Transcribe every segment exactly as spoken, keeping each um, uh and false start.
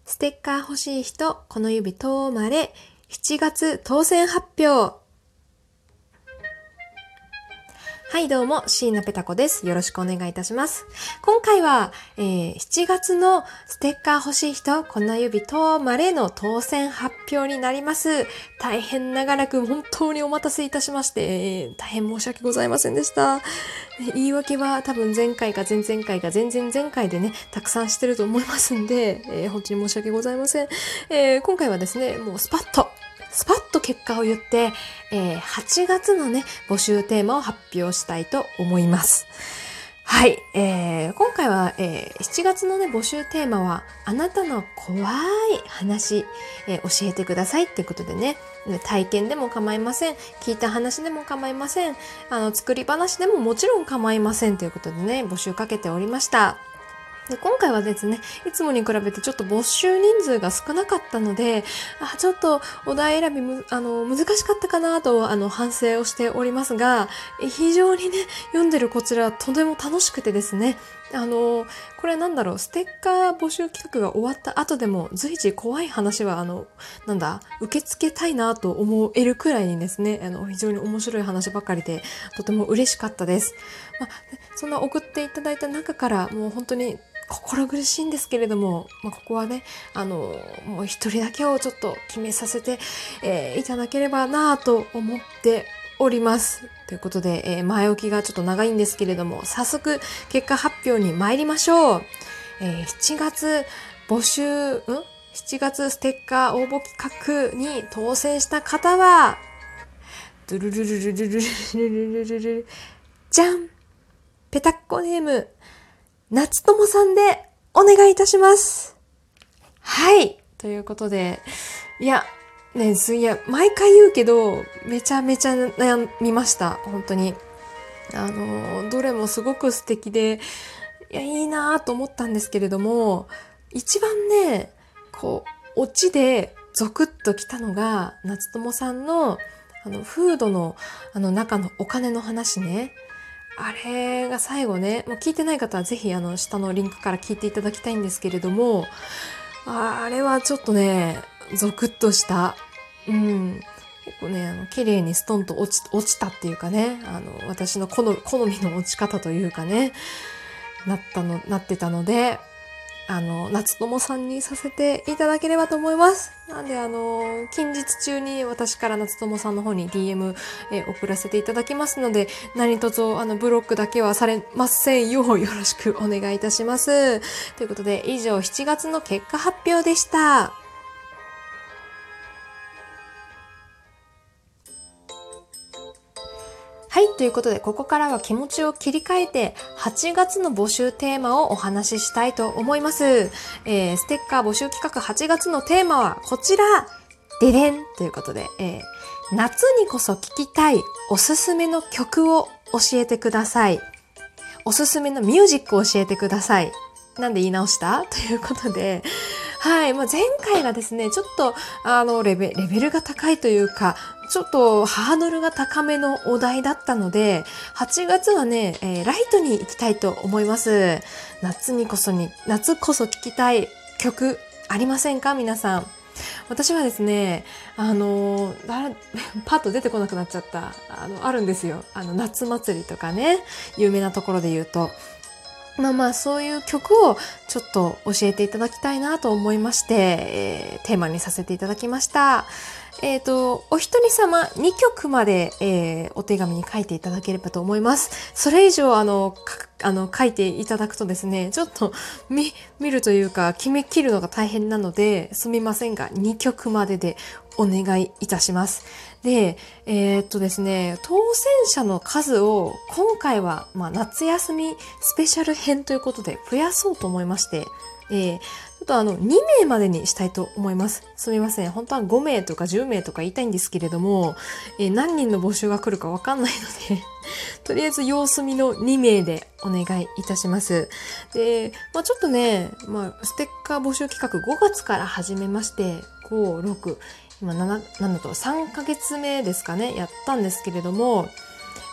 ステッカー欲しい人、この指とまれ、しちがつ当選発表。はい、どうも、椎名ペタ子です。よろしくお願いいたします。今回は、えー、しちがつのステッカー欲しい人、この指とまれの当選発表になります。大変長らく本当にお待たせいたしまして、えー、大変申し訳ございませんでした。言い訳は多分前回か前々回か前々前回でね、たくさんしてると思いますんで、えー、本当に申し訳ございません。えー、今回はですね、もうスパッと、スパッと結果を言って、えー、はちがつのね、募集テーマを発表したいと思います。はい、えー、今回は、えー、しちがつのね、募集テーマは、あなたの怖い話、えー、教えてくださいってことでね、体験でも構いません。聞いた話でも構いません。あの、作り話でももちろん構いませんということでね、募集かけておりました。で今回はですね、いつもに比べてちょっと募集人数が少なかったので、あちょっとお題選びむあの難しかったかなとあの反省をしておりますが、非常にね、読んでるこちらとても楽しくてですね、あのこれなんだろう、ステッカー募集企画が終わった後でも随時怖い話はあのなんだ受け付けたいなと思えるくらいにですね、あの非常に面白い話ばかりでとても嬉しかったです。まあ、そんな送っていただいた中からもう本当に心苦しいんですけれども、まあ、ここはね、あの、もう一人だけをちょっと決めさせて、えー、いただければなぁと思っております。ということで、えー、前置きがちょっと長いんですけれども、早速結果発表に参りましょう。えー、しちがつ募集、ん ?しち 月ステッカー応募企画に当選した方は、ドゥルルルルルルルルルルルじゃんペタッコネーム、夏友さんでお願いいたします。はい。ということで、いや、ね、すいや、毎回言うけど、めちゃめちゃ悩みました。本当に。あの、どれもすごく素敵で、いや、いいなぁと思ったんですけれども、一番ね、こう、オチでゾクッときたのが、夏友さんの、あの、フードの、あの、中のお金の話ね。あれが最後ね、もう聞いてない方はぜひあの下のリンクから聞いていただきたいんですけれども、あれはちょっとね、ゾクッとした。うん。結構ね、あの、綺麗にストンと落ち、落ちたっていうかね、あの、私の好み、好みの落ち方というかね、なったの、なってたので、あの、夏友さんにさせていただければと思います。なんで、あの、近日中に私から夏友さんの方に ディーエム え送らせていただきますので、何卒、あの、ブロックだけはされませんようよろしくお願いいたします。ということで、以上しちがつの結果発表でした。はい。ということで、ここからは気持ちを切り替えて、はちがつの募集テーマをお話ししたいと思います。えー、ステッカー募集企画はちがつのテーマはこちら。ででんということで、えー、夏にこそ聴きたいおすすめの曲を教えてください。おすすめのミュージックを教えてください。なんで言い直したということで、はい。まあ、前回がですね、ちょっと、あの、レベ、レベルが高いというか、ちょっとハードルが高めのお題だったので、はちがつはね、えー、ライトに行きたいと思います。夏にこそに、夏こそ聴きたい曲ありませんか皆さん。私はですね、あのー、パッと出てこなくなっちゃった。あの、あるんですよ。あの、夏祭りとかね、有名なところで言うと。まあまあそういう曲をちょっと教えていただきたいなと思いまして、えー、テーマにさせていただきました。えっと、お一人様にきょくまで、えー、お手紙に書いていただければと思います。それ以上あの、あの書いていただくとですね、ちょっと見、見るというか決め切るのが大変なので、すみませんがにきょくまででお願いいたします。で、えー、っとですね、当選者の数を今回は、まあ、夏休みスペシャル編ということで増やそうと思いまして、えー、ちょっとあのにめいまでにしたいと思います。すみません。本当はごめいとかじゅうめいとか言いたいんですけれども、えー、何人の募集が来るかわかんないので、とりあえず様子見のにめいでお願いいたします。で、まあちょっとね、まあステッカー募集企画ごがつから始めまして、ご、ろく、今なな、なんだとさんかげつめですかね、やったんですけれども、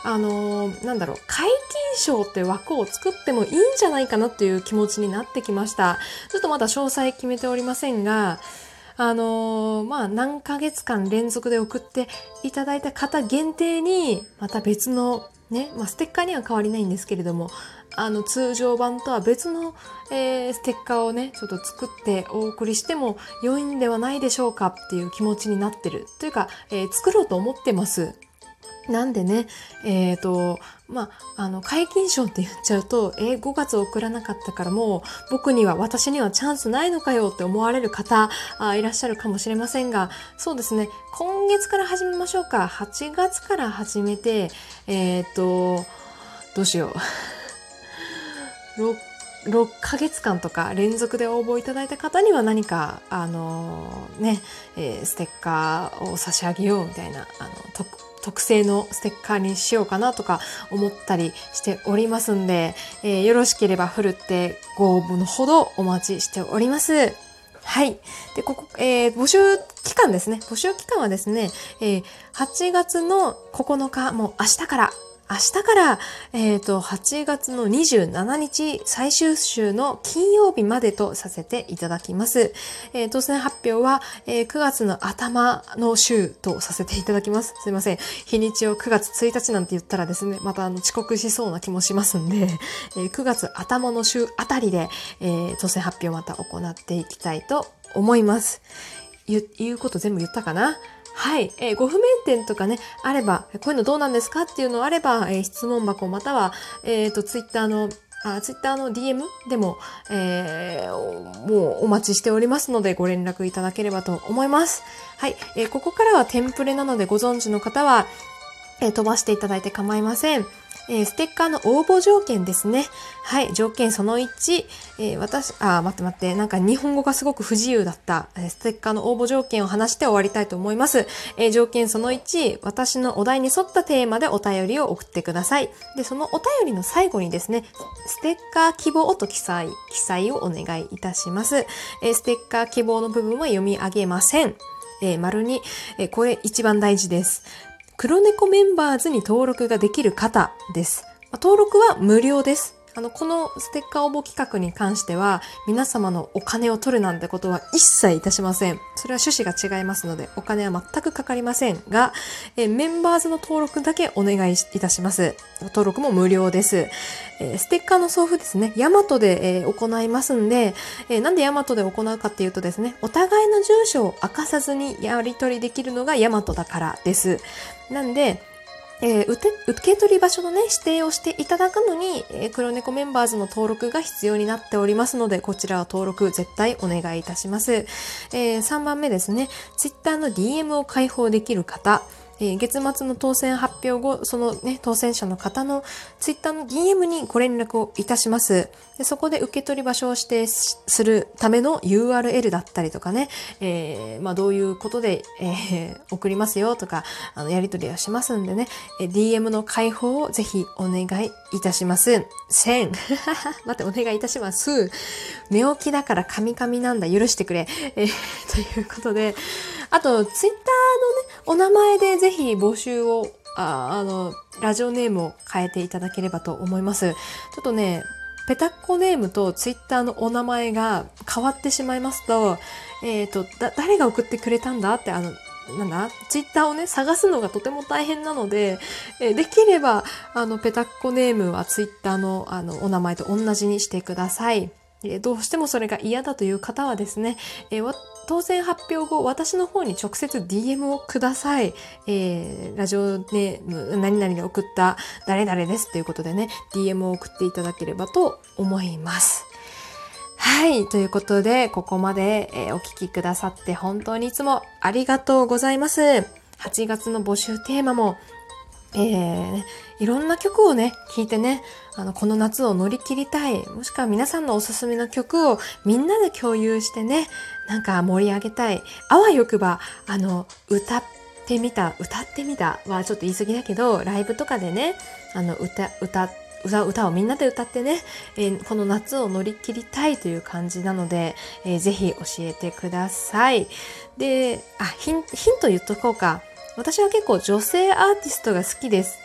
あのー、なんだろう、皆勤賞って枠を作ってもいいんじゃないかなっていう気持ちになってきました。ちょっとまだ詳細決めておりませんが、あのー、まあ、何ヶ月間連続で送っていただいた方限定に、また別のね、まあ、ステッカーには変わりないんですけれども、あの、通常版とは別の、えー、ステッカーをね、ちょっと作ってお送りしても良いんではないでしょうかっていう気持ちになってる。というか、えー、作ろうと思ってます。なんでね、えっと、まあ、あの、皆勤賞って言っちゃうと、えー、ごがつ送らなかったからもう、僕には、私にはチャンスないのかよって思われる方あ、いらっしゃるかもしれませんが、そうですね、今月から始めましょうか。はちがつから始めて、えっと、どうしよう。ろくろっかげつかんとか連続で応募いただいた方には何か、あのー、ね、えー、ステッカーを差し上げようみたいな、あの、特特製のステッカーにしようかなとか思ったりしておりますんで、えー、よろしければふるってご応募のほどお待ちしております。はい。で、ここ、えー、募集期間ですね。募集期間はですね、えー、はちがつのここのか、もう明日から、明日から、えっと、はちがつのにじゅうしちにち最終週の金曜日までとさせていただきます。えー、当選発表は、えー、くがつの頭の週とさせていただきます。すいません。日にちをくがつついたちなんて言ったらですね、またあの遅刻しそうな気もしますんで、えー、くがつ頭の週あたりで、えー、当選発表また行っていきたいと思います。言う、言うこと全部言ったかな？はい、えー、ご不明点とかね、あれば、こういうのどうなんですかっていうのあれば、えー、質問箱または、えっと、ツイッターの、あ、ツイッターの ディーエム でも、えー、もうお待ちしておりますので、ご連絡いただければと思います。はい、えー、ここからはテンプレなのでご存知の方は、えー、飛ばしていただいて構いません。えー、ステッカーの応募条件ですね。はい。条件そのいち、えー、私、あ、待って待って。なんか日本語がすごく不自由だった。えー、ステッカーの応募条件を話して終わりたいと思います。えー、条件そのいち、私のお題に沿ったテーマでお便りを送ってください。で、そのお便りの最後にですね、ステッカー希望と記載、記載をお願いいたします。えー、ステッカー希望の部分は読み上げません。えー、丸に、えー、これ一番大事です。黒猫メンバーズに登録ができる方です。登録は無料です。あの、このステッカー応募企画に関しては、皆様のお金を取るなんてことは一切いたしません。それは趣旨が違いますので、お金は全くかかりませんが、えメンバーズの登録だけお願いいたします。登録も無料です。えステッカーの送付ですね、ヤマトで、えー、行いますんで、えー、なんでヤマトで行うかっていうとですね、お互いの住所を明かさずにやり取りできるのがヤマトだからです。なんで、えー、受け、受け取り場所のね、指定をしていただくのに、えー、黒猫メンバーズの登録が必要になっておりますので、こちらは登録絶対お願いいたします。えー、さんばんめですね、ツイッターの ディーエム を開放できる方、えー、月末の当選発表後、そのね、当選者の方のツイッターの ディーエム にご連絡をいたします。でそこで受け取り場所を指定するための ユーアールエル だったりとかね、えー、まあどういうことで、えー、送りますよとか、あの、やり取りはしますんでね、ディーエム の開放をぜひお願いいたします。せん。待って、お願いいたします。寝起きだからカミカミなんだ。許してくれ。えー、ということで、あと、ツイッターのね、お名前でぜひ募集を、あ、あの、ラジオネームを変えていただければと思います。ちょっとね、ペタッコネームとツイッターのお名前が変わってしまいますと、えっと、だ、誰が送ってくれたんだって、あの、なんだツイッターをね、探すのがとても大変なので、えできれば、あの、ペタッコネームはツイッターの、あの、お名前と同じにしてください。えどうしてもそれが嫌だという方はですね、え当選発表後、私の方に直接 ディーエム をください。えー、ラジオネーム、何々で送った誰々ですということでね、ディーエム を送っていただければと思います。はい。ということで、ここまで、えー、お聞きくださって本当にいつもありがとうございます。はちがつの募集テーマも、えー、いろんな曲をね、聴いてね、あの、この夏を乗り切りたい。もしくは皆さんのおすすめの曲をみんなで共有してね、なんか盛り上げたい。あわよくば、あの、歌ってみた、歌ってみたはちょっと言い過ぎだけど、ライブとかでね、あの、歌、歌、歌、歌をみんなで歌ってね、えー、この夏を乗り切りたいという感じなので、えー、ぜひ教えてください。で、あ、ヒン、ヒント言っとこうか。私は結構女性アーティストが好きです。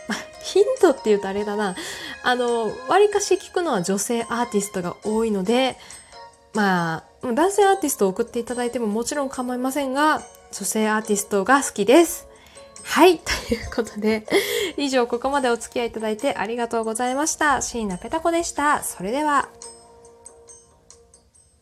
まあ、ヒントって言うとあれだな。あの、割かし聞くのは女性アーティストが多いので、まあ、男性アーティストを送っていただいてももちろん構いませんが、女性アーティストが好きです。はい。ということで、以上ここまでお付き合いいただいてありがとうございました。椎名ペタ子でした。それでは。